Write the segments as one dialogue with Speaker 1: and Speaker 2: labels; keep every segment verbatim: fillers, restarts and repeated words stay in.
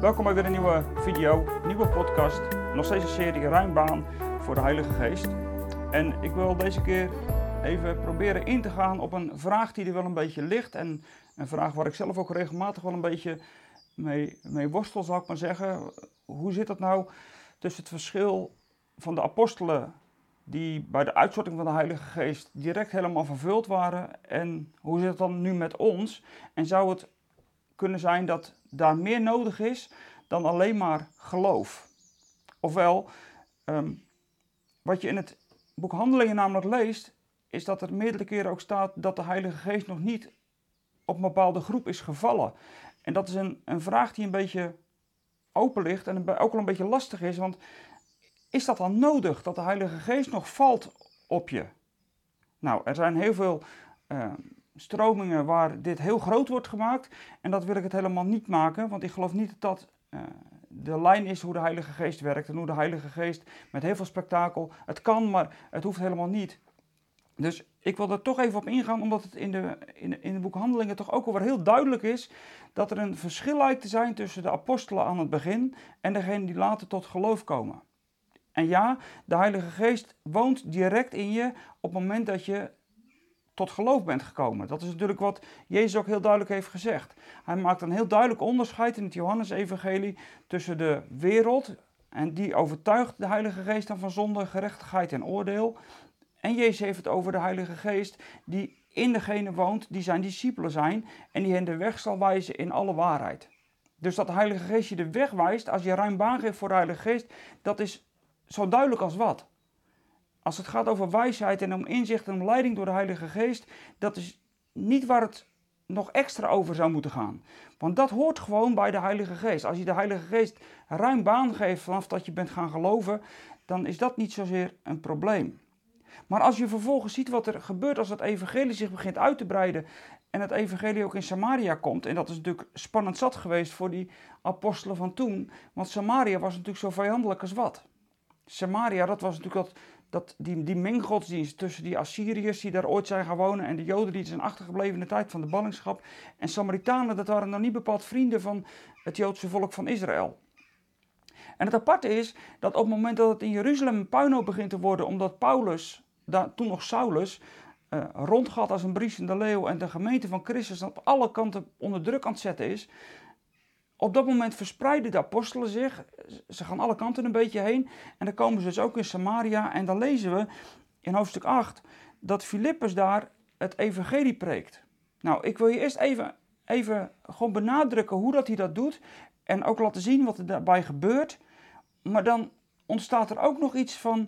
Speaker 1: Welkom bij weer een nieuwe video, een nieuwe podcast. Nog steeds een serie Ruim baan voor de Heilige Geest. En ik wil deze keer even proberen in te gaan op een vraag die er wel een beetje ligt. En een vraag waar ik zelf ook regelmatig wel een beetje mee, mee worstel, zal ik maar zeggen. Hoe zit het nou tussen het verschil van de apostelen die bij de uitstorting van de Heilige Geest direct helemaal vervuld waren? En hoe zit het dan nu met ons? En zou het kunnen zijn dat daar meer nodig is dan alleen maar geloof? Ofwel, um, wat je in het boek Handelingen namelijk leest, is dat er meerdere keren ook staat dat de Heilige Geest nog niet op een bepaalde groep is gevallen. En dat is een, een vraag die een beetje open ligt en ook wel een beetje lastig is, want is dat dan nodig dat de Heilige Geest nog valt op je? Nou, er zijn heel veel uh, stromingen waar dit heel groot wordt gemaakt en dat wil ik het helemaal niet maken, want ik geloof niet dat dat uh, de lijn is hoe de Heilige Geest werkt en hoe de Heilige Geest met heel veel spektakel, het kan, maar het hoeft helemaal niet. Dus ik wil er toch even op ingaan, omdat het in, de, in, in het boek Handelingen toch ook alweer heel duidelijk is dat er een verschil lijkt te zijn tussen de apostelen aan het begin en degenen die later tot geloof komen. En ja, de Heilige Geest woont direct in je op het moment dat je tot geloof bent gekomen. Dat is natuurlijk wat Jezus ook heel duidelijk heeft gezegd. Hij maakt een heel duidelijk onderscheid in het Johannes-evangelie tussen de wereld, en die overtuigt de Heilige Geest dan van zonde, gerechtigheid en oordeel. En Jezus heeft het over de Heilige Geest die in degene woont die zijn discipelen zijn en die hen de weg zal wijzen in alle waarheid. Dus dat de Heilige Geest je de weg wijst, als je ruim baan geeft voor de Heilige Geest, dat is zo duidelijk als wat. Als het gaat over wijsheid en om inzicht en om leiding door de Heilige Geest, dat is niet waar het nog extra over zou moeten gaan. Want dat hoort gewoon bij de Heilige Geest. Als je de Heilige Geest ruim baan geeft vanaf dat je bent gaan geloven, dan is dat niet zozeer een probleem. Maar als je vervolgens ziet wat er gebeurt als het evangelie zich begint uit te breiden en het evangelie ook in Samaria komt, en dat is natuurlijk spannend zat geweest voor die apostelen van toen, want Samaria was natuurlijk zo vijandelijk als wat. Samaria, dat was natuurlijk dat, dat, die, die menggodsdienst tussen die Assyriërs die daar ooit zijn gaan wonen en de Joden die zijn achtergebleven in de tijd van de ballingschap. En Samaritanen, dat waren nog niet bepaald vrienden van het Joodse volk van Israël. En het aparte is dat op het moment dat het in Jeruzalem een puinhoop begint te worden, omdat Paulus, daar, toen nog Saulus, uh, rondgaat als een briesende leeuw en de gemeente van Christus op alle kanten onder druk aan het zetten is, op dat moment verspreiden de apostelen zich, ze gaan alle kanten een beetje heen en dan komen ze dus ook in Samaria en dan lezen we in hoofdstuk acht dat Filippus daar het evangelie preekt. Nou, ik wil je eerst even, even gewoon benadrukken hoe dat hij dat doet en ook laten zien wat er daarbij gebeurt, maar dan ontstaat er ook nog iets van,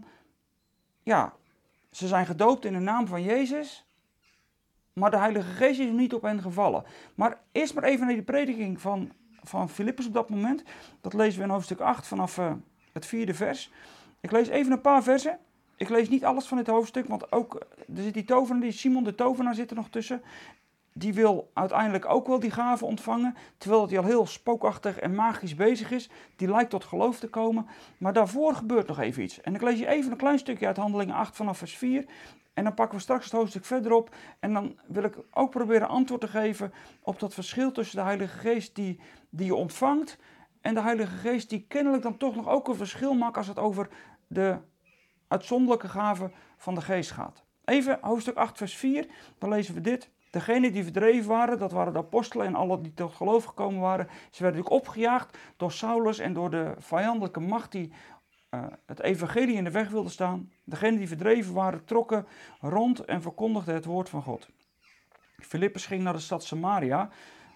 Speaker 1: ja, ze zijn gedoopt in de naam van Jezus, maar de Heilige Geest is nog niet op hen gevallen. Maar eerst maar even naar die prediking van van Filippus op dat moment. Dat lezen we in hoofdstuk acht vanaf uh, het vierde vers. Ik lees even een paar versen. Ik lees niet alles van dit hoofdstuk, want ook, er zit die tovenaar, die Simon de tovenaar zit er nog tussen. Die wil uiteindelijk ook wel die gave ontvangen, terwijl hij al heel spookachtig en magisch bezig is. Die lijkt tot geloof te komen, maar daarvoor gebeurt nog even iets. En ik lees je even een klein stukje uit Handelingen acht vanaf vers vier. En dan pakken we straks het hoofdstuk verderop. En dan wil ik ook proberen antwoord te geven op dat verschil tussen de Heilige Geest die, die je ontvangt en de Heilige Geest die kennelijk dan toch nog ook een verschil maakt als het over de uitzonderlijke gaven van de Geest gaat. Even hoofdstuk acht vers vier, dan lezen we dit. Degenen die verdreven waren, dat waren de apostelen en alle die tot geloof gekomen waren, ze werden natuurlijk opgejaagd door Saulus en door de vijandelijke macht die uh, het evangelie in de weg wilde staan. Degenen die verdreven waren, trokken rond en verkondigden het woord van God. Filippus ging naar de stad Samaria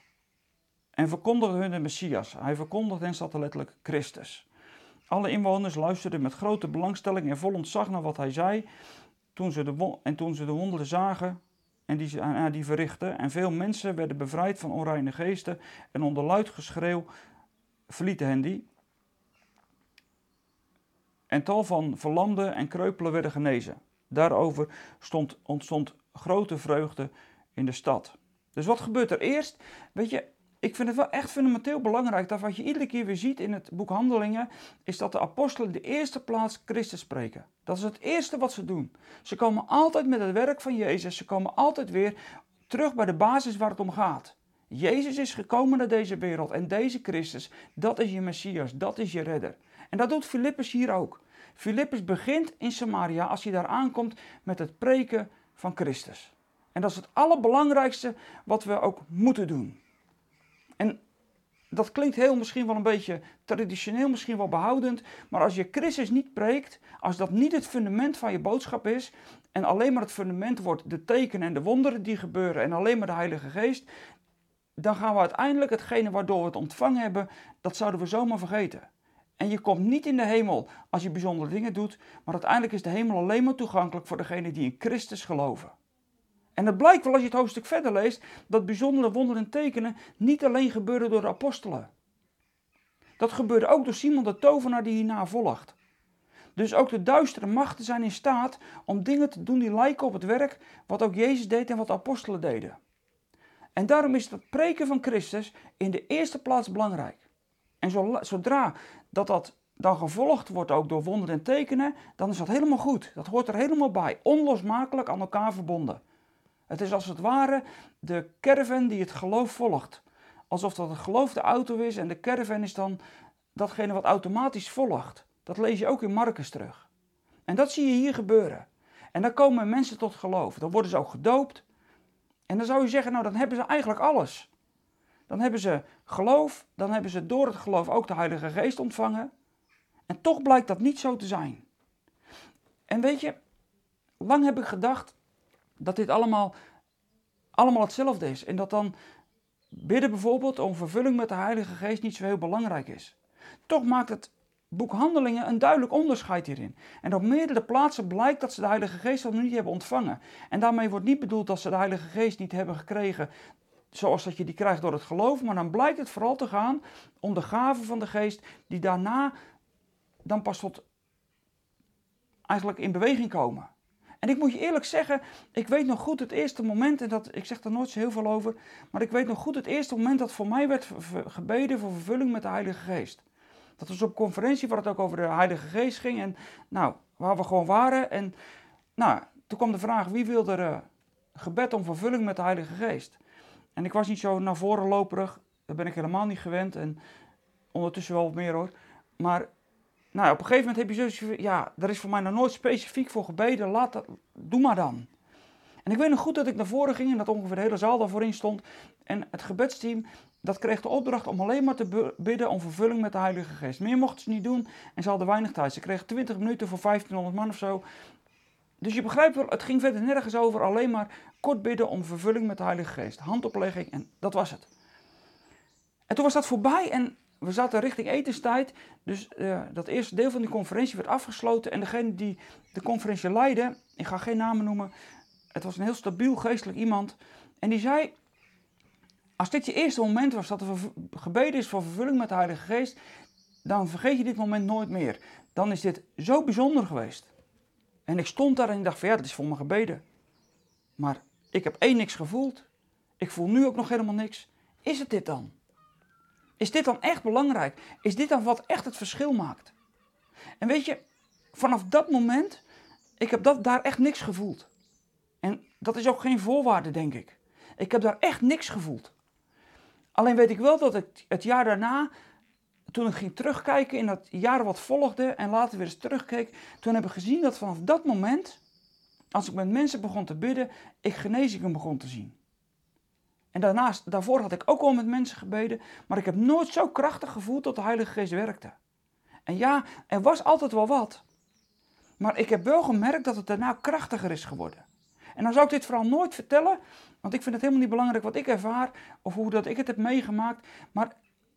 Speaker 1: en verkondigde hun de Messias. Hij verkondigde en staat er letterlijk Christus. Alle inwoners luisterden met grote belangstelling en vol ontzag naar wat hij zei. Toen ze de, en toen ze de wonderen zagen en die, uh, die verrichtten, en veel mensen werden bevrijd van onreine geesten en onder luid geschreeuw verlieten hen die. En tal van verlamden en kreupelen werden genezen. Daarover stond, ontstond grote vreugde in de stad. Dus wat gebeurt er eerst? Weet je, ik vind het wel echt fundamenteel belangrijk dat wat je iedere keer weer ziet in het boek Handelingen, is dat de apostelen in de eerste plaats Christus spreken. Dat is het eerste wat ze doen. Ze komen altijd met het werk van Jezus, ze komen altijd weer terug bij de basis waar het om gaat. Jezus is gekomen naar deze wereld en deze Christus, dat is je Messias, dat is je redder. En dat doet Filippus hier ook. Filippus begint in Samaria, als hij daar aankomt, met het preken van Christus. En dat is het allerbelangrijkste wat we ook moeten doen. En dat klinkt heel misschien wel een beetje traditioneel, misschien wel behoudend, maar als je Christus niet preekt, als dat niet het fundament van je boodschap is, en alleen maar het fundament wordt de tekenen en de wonderen die gebeuren en alleen maar de Heilige Geest, dan gaan we uiteindelijk hetgene waardoor we het ontvangen hebben, dat zouden we zomaar vergeten. En je komt niet in de hemel als je bijzondere dingen doet, maar uiteindelijk is de hemel alleen maar toegankelijk voor degenen die in Christus geloven. En het blijkt wel als je het hoofdstuk verder leest, dat bijzondere wonderen en tekenen niet alleen gebeurden door de apostelen. Dat gebeurde ook door Simon de tovenaar die hierna volgt. Dus ook de duistere machten zijn in staat om dingen te doen die lijken op het werk wat ook Jezus deed en wat de apostelen deden. En daarom is het preken van Christus in de eerste plaats belangrijk. En zodra dat dat dan gevolgd wordt ook door wonderen en tekenen, dan is dat helemaal goed. Dat hoort er helemaal bij, onlosmakelijk aan elkaar verbonden. Het is als het ware de caravan die het geloof volgt. Alsof dat het geloof de auto is en de caravan is dan datgene wat automatisch volgt. Dat lees je ook in Marcus terug. En dat zie je hier gebeuren. En dan komen mensen tot geloof. Dan worden ze ook gedoopt. En dan zou je zeggen, nou dan hebben ze eigenlijk alles. Dan hebben ze geloof, dan hebben ze door het geloof ook de Heilige Geest ontvangen. En toch blijkt dat niet zo te zijn. En weet je, lang heb ik gedacht dat dit allemaal, allemaal hetzelfde is. En dat dan bidden bijvoorbeeld om vervulling met de Heilige Geest niet zo heel belangrijk is. Toch maakt het boek Handelingen een duidelijk onderscheid hierin. En op meerdere plaatsen blijkt dat ze de Heilige Geest al niet hebben ontvangen. En daarmee wordt niet bedoeld dat ze de Heilige Geest niet hebben gekregen zoals dat je die krijgt door het geloof. Maar dan blijkt het vooral te gaan om de gaven van de Geest die daarna dan pas tot eigenlijk in beweging komen. En ik moet je eerlijk zeggen, ik weet nog goed het eerste moment, en dat, ik zeg daar nooit zo heel veel over, maar ik weet nog goed het eerste moment dat voor mij werd gebeden voor vervulling met de Heilige Geest. Dat was op een conferentie waar het ook over de Heilige Geest ging en nou, waar we gewoon waren. En nou, toen kwam de vraag, wie wil er uh, gebed om vervulling met de Heilige Geest? En ik was niet zo naar voren loperig, dat ben ik helemaal niet gewend en ondertussen wel wat meer hoor. Maar nou, op een gegeven moment heb je zo, ja, daar is voor mij nog nooit specifiek voor gebeden, laat dat, doe maar dan. En ik weet nog goed dat ik naar voren ging en dat ongeveer de hele zaal daarvoor in stond. En het gebedsteam, dat kreeg de opdracht om alleen maar te bidden om vervulling met de Heilige Geest. Meer mochten ze niet doen en ze hadden weinig tijd. Ze kregen twintig minuten voor vijftienhonderd man of zo. Dus je begrijpt wel, het ging verder nergens over, alleen maar kort bidden om vervulling met de Heilige Geest. Handoplegging en dat was het. En toen was dat voorbij en we zaten richting etenstijd, dus uh, dat eerste deel van die conferentie werd afgesloten. En degene die de conferentie leidde, ik ga geen namen noemen, het was een heel stabiel geestelijk iemand. En die zei, als dit je eerste moment was dat er gebeden is voor vervulling met de Heilige Geest, dan vergeet je dit moment nooit meer. Dan is dit zo bijzonder geweest. En ik stond daar en ik dacht van ja, dat is voor me gebeden. Maar ik heb één niks gevoeld. Ik voel nu ook nog helemaal niks. Is het dit dan? Is dit dan echt belangrijk? Is dit dan wat echt het verschil maakt? En weet je, vanaf dat moment, ik heb dat, daar echt niks gevoeld. En dat is ook geen voorwaarde, denk ik. Ik heb daar echt niks gevoeld. Alleen weet ik wel dat ik het jaar daarna, toen ik ging terugkijken in dat jaar wat volgde en later weer eens terugkeek, toen heb ik gezien dat vanaf dat moment, als ik met mensen begon te bidden, ik genezingen begon te zien. En daarnaast, daarvoor had ik ook al met mensen gebeden, maar ik heb nooit zo krachtig gevoeld dat de Heilige Geest werkte. En ja, er was altijd wel wat. Maar ik heb wel gemerkt dat het daarna krachtiger is geworden. En dan zou ik dit vooral nooit vertellen, want ik vind het helemaal niet belangrijk wat ik ervaar of hoe dat ik het heb meegemaakt. Maar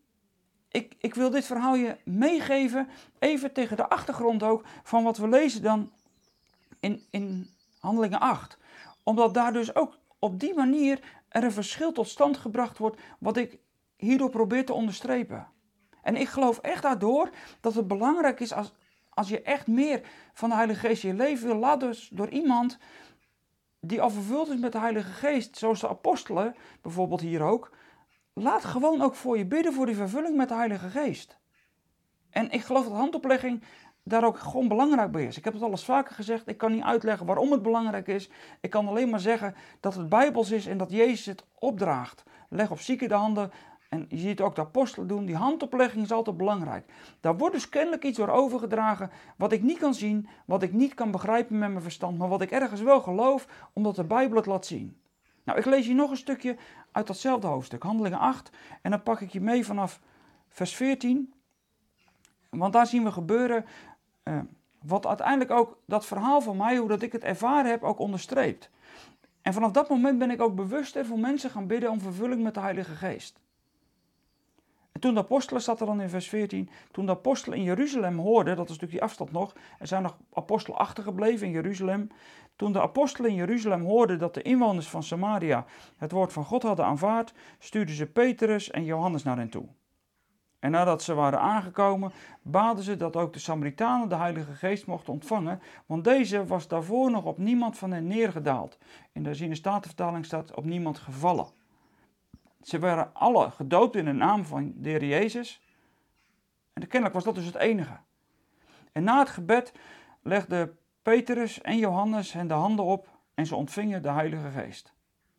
Speaker 1: ik, ik wil dit verhaal je meegeven, even tegen de achtergrond ook, van wat we lezen dan in, in Handelingen acht. Omdat daar dus ook op die manier er een verschil tot stand gebracht wordt, wat ik hierdoor probeer te onderstrepen. En ik geloof echt daardoor dat het belangrijk is als, als je echt meer van de Heilige Geest in je leven wil, laat dus door iemand die al vervuld is met de Heilige Geest, zoals de apostelen, bijvoorbeeld hier ook, laat gewoon ook voor je bidden voor die vervulling met de Heilige Geest. En ik geloof dat handoplegging daar ook gewoon belangrijk bij is. Ik heb het al eens vaker gezegd, ik kan niet uitleggen waarom het belangrijk is. Ik kan alleen maar zeggen dat het Bijbels is en dat Jezus het opdraagt. Leg op zieken de handen en je ziet ook de apostelen doen. Die handoplegging is altijd belangrijk. Daar wordt dus kennelijk iets door overgedragen wat ik niet kan zien, wat ik niet kan begrijpen met mijn verstand, maar wat ik ergens wel geloof, omdat de Bijbel het laat zien. Nou, ik lees hier nog een stukje uit datzelfde hoofdstuk, Handelingen acht, en dan pak ik je mee vanaf vers veertien. Want daar zien we gebeuren uh, wat uiteindelijk ook dat verhaal van mij, hoe dat ik het ervaren heb, ook onderstreept. En vanaf dat moment ben ik ook bewuster voor mensen gaan bidden om vervulling met de Heilige Geest. En toen de apostelen, staat er dan in vers veertien, toen de apostelen in Jeruzalem hoorden, dat is natuurlijk die afstand nog, er zijn nog apostelen achtergebleven in Jeruzalem. Toen de apostelen in Jeruzalem hoorden dat de inwoners van Samaria het woord van God hadden aanvaard, stuurden ze Petrus en Johannes naar hen toe. En nadat ze waren aangekomen, baden ze dat ook de Samaritanen de Heilige Geest mochten ontvangen, want deze was daarvoor nog op niemand van hen neergedaald. In de herziene statenvertaling staat op niemand gevallen. Ze waren alle gedoopt in de naam van de Heer Jezus. En kennelijk was dat dus het enige. En na het gebed legden Petrus en Johannes hen de handen op en ze ontvingen de Heilige Geest.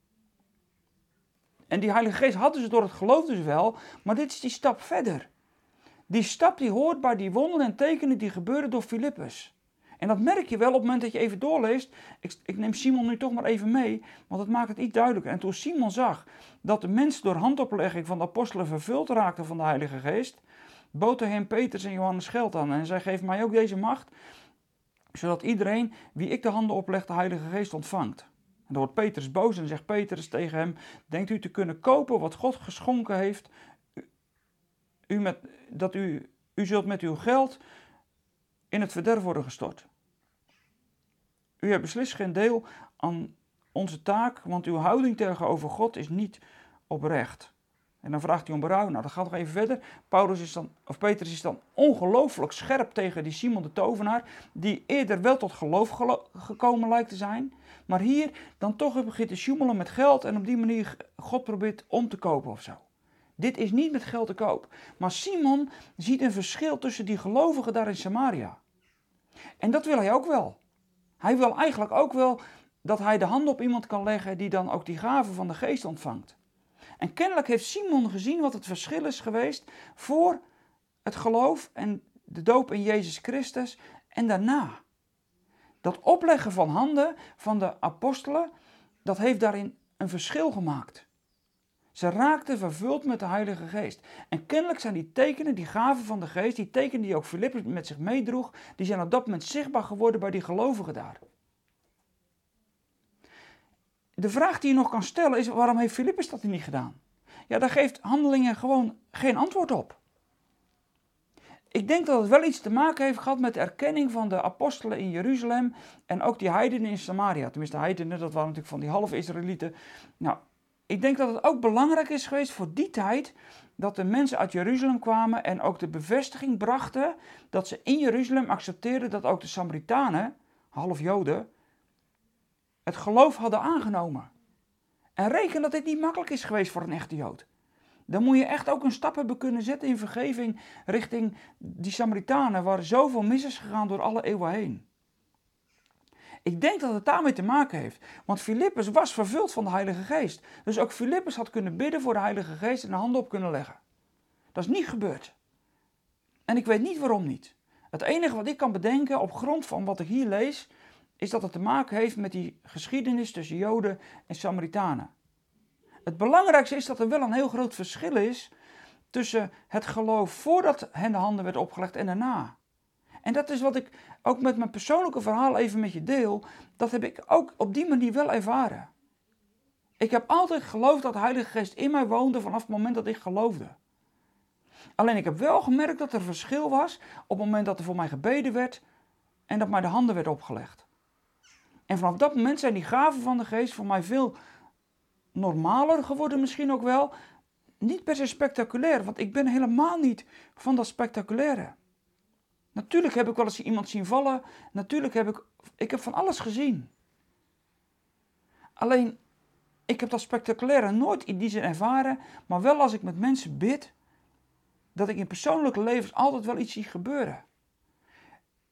Speaker 1: En die Heilige Geest hadden ze door het geloof dus wel, maar dit is die stap verder. Die stap die hoort bij die wonderen en tekenen die gebeuren door Filippus. En dat merk je wel op het moment dat je even doorleest. Ik, ik neem Simon nu toch maar even mee, want dat maakt het iets duidelijker. En toen Simon zag dat de mensen door handoplegging van de apostelen vervuld raakten van de Heilige Geest, bood hij hem Petrus en Johannes geld aan. En zij geeft mij ook deze macht, zodat iedereen wie ik de handen opleg de Heilige Geest ontvangt. En dan wordt Petrus boos en zegt Petrus tegen hem, denkt u te kunnen kopen wat God geschonken heeft, u met, dat u, u zult met uw geld in het verderf worden gestort. U hebt beslist geen deel aan onze taak, want uw houding tegenover God is niet oprecht. En dan vraagt hij om berouw. Nou, dat gaat nog even verder. Paulus is dan, of Petrus is dan ongelooflijk scherp tegen die Simon de tovenaar, die eerder wel tot geloof gelo- gekomen lijkt te zijn, maar hier dan toch begint te sjoemelen met geld en op die manier God probeert om te kopen of zo. Dit is niet met geld te koop. Maar Simon ziet een verschil tussen die gelovigen daar in Samaria. En dat wil hij ook wel. Hij wil eigenlijk ook wel dat hij de hand op iemand kan leggen die dan ook die gave van de geest ontvangt. En kennelijk heeft Simon gezien wat het verschil is geweest voor het geloof en de doop in Jezus Christus en daarna. Dat opleggen van handen van de apostelen, dat heeft daarin een verschil gemaakt. Ze raakten vervuld met de Heilige Geest. En kennelijk zijn die tekenen, die gaven van de Geest, die tekenen die ook Filippus met zich meedroeg, die zijn op dat moment zichtbaar geworden bij die gelovigen daar. De vraag die je nog kan stellen is, waarom heeft Filippus dat niet gedaan? Ja, daar geeft Handelingen gewoon geen antwoord op. Ik denk dat het wel iets te maken heeft gehad met de erkenning van de apostelen in Jeruzalem en ook die heidenen in Samaria. Tenminste, heidenen, dat waren natuurlijk van die halve Israëlieten. Nou, ik denk dat het ook belangrijk is geweest voor die tijd dat de mensen uit Jeruzalem kwamen en ook de bevestiging brachten dat ze in Jeruzalem accepteerden dat ook de Samaritanen, half Joden, het geloof hadden aangenomen. En reken dat dit niet makkelijk is geweest voor een echte Jood. Dan moet je echt ook een stap hebben kunnen zetten in vergeving richting die Samaritanen, waar zoveel mis is gegaan door alle eeuwen heen. Ik denk dat het daarmee te maken heeft, want Filippus was vervuld van de Heilige Geest. Dus ook Filippus had kunnen bidden voor de Heilige Geest en de handen op kunnen leggen. Dat is niet gebeurd. En ik weet niet waarom niet. Het enige wat ik kan bedenken op grond van wat ik hier lees, is dat het te maken heeft met die geschiedenis tussen Joden en Samaritanen. Het belangrijkste is dat er wel een heel groot verschil is tussen het geloof voordat hen de handen werd opgelegd en daarna. En dat is wat ik ook met mijn persoonlijke verhaal even met je deel. Dat heb ik ook op die manier wel ervaren. Ik heb altijd geloofd dat de Heilige Geest in mij woonde vanaf het moment dat ik geloofde. Alleen ik heb wel gemerkt dat er verschil was op het moment dat er voor mij gebeden werd en dat mij de handen werd opgelegd. En vanaf dat moment zijn die gaven van de Geest voor mij veel normaler geworden misschien ook wel. Niet per se spectaculair, want ik ben helemaal niet van dat spectaculaire. Natuurlijk heb ik wel eens iemand zien vallen. Natuurlijk heb ik, ik heb van alles gezien. Alleen, ik heb dat spectaculaire nooit in die zin ervaren. Maar wel als ik met mensen bid, dat ik in persoonlijke levens altijd wel iets zie gebeuren.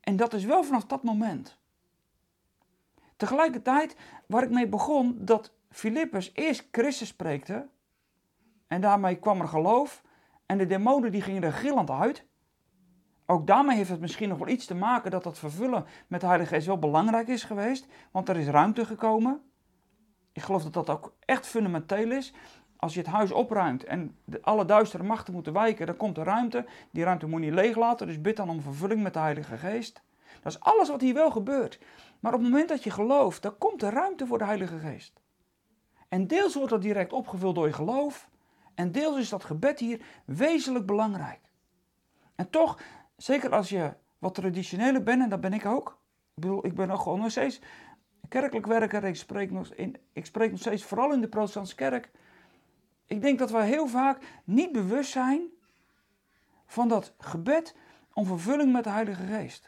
Speaker 1: En dat is wel vanaf dat moment. Tegelijkertijd, waar ik mee begon, dat Filippus eerst Christus preekte. En daarmee kwam er geloof. En de demonen die gingen er gillend uit. Ook daarmee heeft het misschien nog wel iets te maken dat dat vervullen met de Heilige Geest wel belangrijk is geweest. Want er is ruimte gekomen. Ik geloof dat dat ook echt fundamenteel is. Als je het huis opruimt en de, alle duistere machten moeten wijken, dan komt er ruimte. Die ruimte moet je niet leeglaten, dus bid dan om vervulling met de Heilige Geest. Dat is alles wat hier wel gebeurt. Maar op het moment dat je gelooft, dan komt er ruimte voor de Heilige Geest. En deels wordt dat direct opgevuld door je geloof. En deels is dat gebed hier wezenlijk belangrijk. En toch, zeker als je wat traditioneler bent, en dat ben ik ook. Ik bedoel, ik ben ook gewoon nog steeds kerkelijk werker. Ik spreek nog, in, ik spreek nog steeds vooral in de protestantse kerk. Ik denk dat we heel vaak niet bewust zijn van dat gebed om vervulling met de Heilige Geest.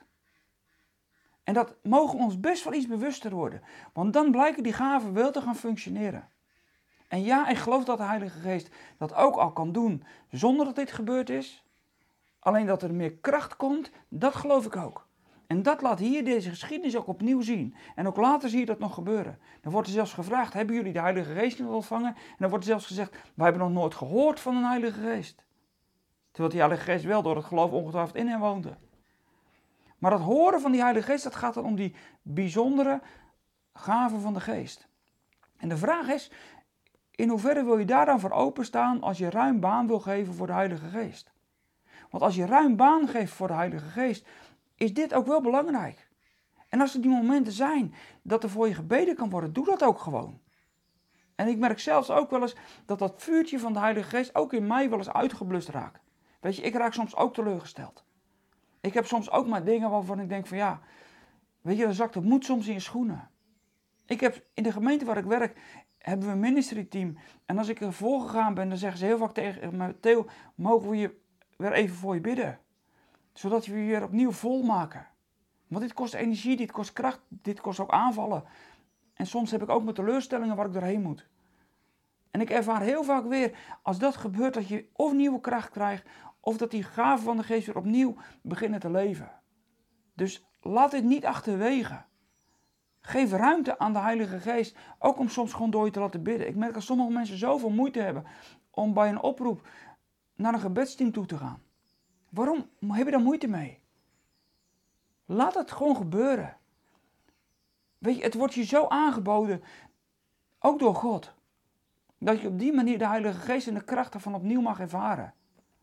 Speaker 1: En dat mogen we ons best wel iets bewuster worden. Want dan blijken die gaven wel te gaan functioneren. En ja, ik geloof dat de Heilige Geest dat ook al kan doen zonder dat dit gebeurd is. Alleen dat er meer kracht komt, dat geloof ik ook. En dat laat hier deze geschiedenis ook opnieuw zien. En ook later zie je dat nog gebeuren. Dan wordt er zelfs gevraagd, hebben jullie de Heilige Geest niet ontvangen? En dan wordt er zelfs gezegd, wij hebben nog nooit gehoord van een Heilige Geest. Terwijl die Heilige Geest wel door het geloof ongetwijfeld in hen woonde. Maar dat horen van die Heilige Geest, dat gaat dan om die bijzondere gaven van de Geest. En de vraag is, in hoeverre wil je daar dan voor openstaan als je ruim baan wil geven voor de Heilige Geest? Want als je ruim baan geeft voor de Heilige Geest, is dit ook wel belangrijk. En als er die momenten zijn dat er voor je gebeden kan worden, doe dat ook gewoon. En ik merk zelfs ook wel eens dat dat vuurtje van de Heilige Geest ook in mij wel eens uitgeblust raakt. Weet je, ik raak soms ook teleurgesteld. Ik heb soms ook maar dingen waarvan ik denk van ja, weet je, dan zakt het moed soms in je schoenen. Ik heb in de gemeente waar ik werk, hebben we een ministry team. En als ik er voorgegaan ben, dan zeggen ze heel vaak tegen me, Theo, mogen we je weer even voor je bidden? Zodat we je weer opnieuw volmaken. Want dit kost energie, dit kost kracht, dit kost ook aanvallen. En soms heb ik ook mijn teleurstellingen waar ik doorheen moet. En ik ervaar heel vaak weer, als dat gebeurt, dat je of nieuwe kracht krijgt, of dat die gaven van de Geest weer opnieuw beginnen te leven. Dus laat dit niet achterwege. Geef ruimte aan de Heilige Geest, ook om soms gewoon door je te laten bidden. Ik merk dat sommige mensen zoveel moeite hebben om bij een oproep naar een gebedsteam toe te gaan. Waarom heb je daar moeite mee? Laat het gewoon gebeuren. Weet je, het wordt je zo aangeboden, ook door God, dat je op die manier de Heilige Geest en de kracht ervan opnieuw mag ervaren.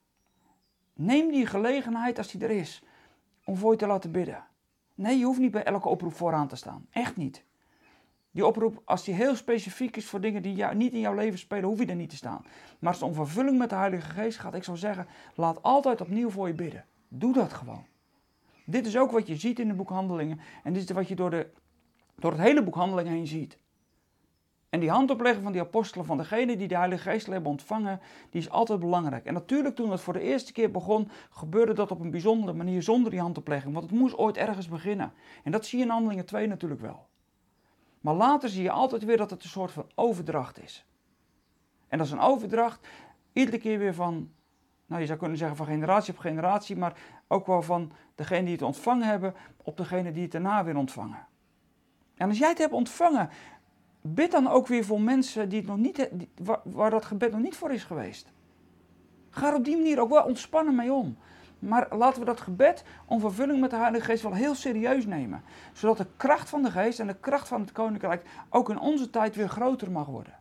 Speaker 1: Neem die gelegenheid als die er is, om voor je te laten bidden. Nee, je hoeft niet bij elke oproep vooraan te staan. Echt niet. Die oproep, als die heel specifiek is voor dingen die jou, niet in jouw leven spelen, hoef je er niet te staan. Maar als het om vervulling met de Heilige Geest gaat, ik zou zeggen, laat altijd opnieuw voor je bidden. Doe dat gewoon. Dit is ook wat je ziet in het boek Handelingen. En dit is wat je door, de, door het hele boek Handelingen heen ziet. En die handopleggen van die apostelen, van degene die de Heilige Geest hebben ontvangen, die is altijd belangrijk. En natuurlijk toen het voor de eerste keer begon, gebeurde dat op een bijzondere manier zonder die handoplegging. Want het moest ooit ergens beginnen. En dat zie je in Handelingen twee natuurlijk wel. Maar later zie je altijd weer dat het een soort van overdracht is. En dat is een overdracht, iedere keer weer van, nou je zou kunnen zeggen van generatie op generatie, maar ook wel van degene die het ontvangen hebben, op degene die het daarna weer ontvangen. En als jij het hebt ontvangen, bid dan ook weer voor mensen die het nog niet, die, waar, waar dat gebed nog niet voor is geweest. Ga er op die manier ook wel ontspannen mee om. Maar laten we dat gebed om vervulling met de Heilige Geest wel heel serieus nemen. Zodat de kracht van de Geest en de kracht van het Koninkrijk ook in onze tijd weer groter mag worden.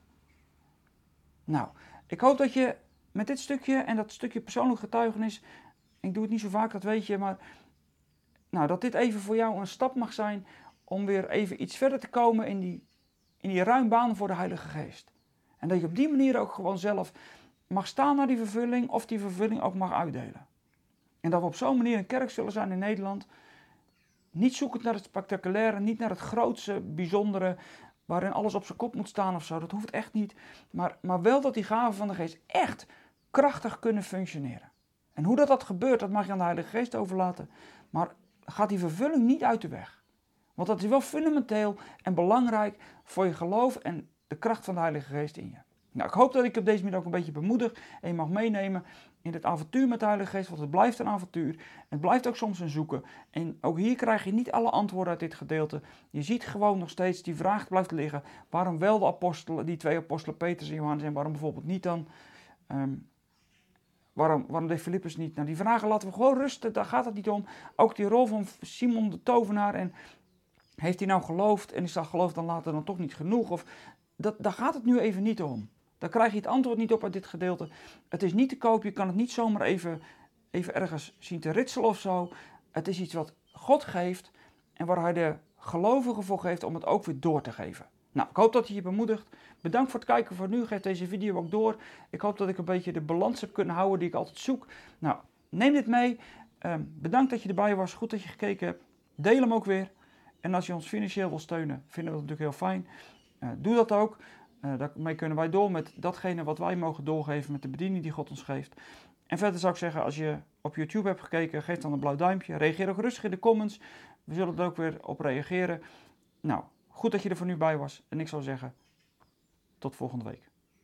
Speaker 1: Nou, ik hoop dat je met dit stukje en dat stukje persoonlijk getuigenis, ik doe het niet zo vaak, dat weet je, maar nou, dat dit even voor jou een stap mag zijn om weer even iets verder te komen in die, in die ruim baan voor de Heilige Geest. En dat je op die manier ook gewoon zelf mag staan naar die vervulling of die vervulling ook mag uitdelen. En dat we op zo'n manier een kerk zullen zijn in Nederland, niet zoekend naar het spectaculaire, niet naar het grootste, bijzondere, waarin alles op zijn kop moet staan of zo, dat hoeft echt niet. Maar, maar wel dat die gaven van de Geest echt krachtig kunnen functioneren. En hoe dat, dat gebeurt, dat mag je aan de Heilige Geest overlaten. Maar gaat die vervulling niet uit de weg. Want dat is wel fundamenteel en belangrijk voor je geloof en de kracht van de Heilige Geest in je. Nou, ik hoop dat ik op deze manier ook een beetje bemoedig en je mag meenemen in het avontuur met de Heilige Geest, want het blijft een avontuur. Het blijft ook soms een zoeken. En ook hier krijg je niet alle antwoorden uit dit gedeelte. Je ziet gewoon nog steeds die vraag blijft liggen. Waarom wel de apostelen, die twee apostelen Petrus en Johannes en waarom bijvoorbeeld niet dan... Um, waarom, waarom deed Filippus niet? Nou, die vragen laten we gewoon rusten, daar gaat het niet om. Ook die rol van Simon de tovenaar en heeft hij nou geloofd en is dat geloof dan later dan toch niet genoeg? Of, dat, daar gaat het nu even niet om. Daar krijg je het antwoord niet op uit dit gedeelte. Het is niet te koop, je kan het niet zomaar even, even ergens zien te ritselen of zo. Het is iets wat God geeft en waar hij de gelovigen voor geeft om het ook weer door te geven. Nou, ik hoop dat je je bemoedigt. Bedankt voor het kijken voor nu. Geef deze video ook door. Ik hoop dat ik een beetje de balans heb kunnen houden die ik altijd zoek. Nou, neem dit mee. Uh, bedankt dat je erbij was. Goed dat je gekeken hebt. Deel hem ook weer. En als je ons financieel wil steunen, vinden we dat natuurlijk heel fijn. Uh, doe dat ook. Uh, daarmee kunnen wij door met datgene wat wij mogen doorgeven met de bediening die God ons geeft. En verder zou ik zeggen, als je op YouTube hebt gekeken, geef dan een blauw duimpje. Reageer ook rustig in de comments. We zullen er ook weer op reageren. Nou, goed dat je er voor nu bij was. En ik zou zeggen, tot volgende week.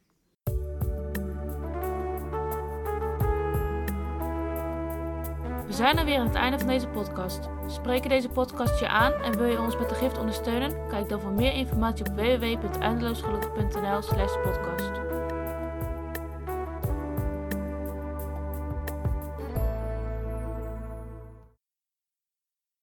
Speaker 2: We zijn er weer aan het einde van deze podcast. Spreken deze podcast je aan en wil je ons met de gift ondersteunen? Kijk dan voor meer informatie op w w w punt eindeloosgelukkig punt n l slash podcast.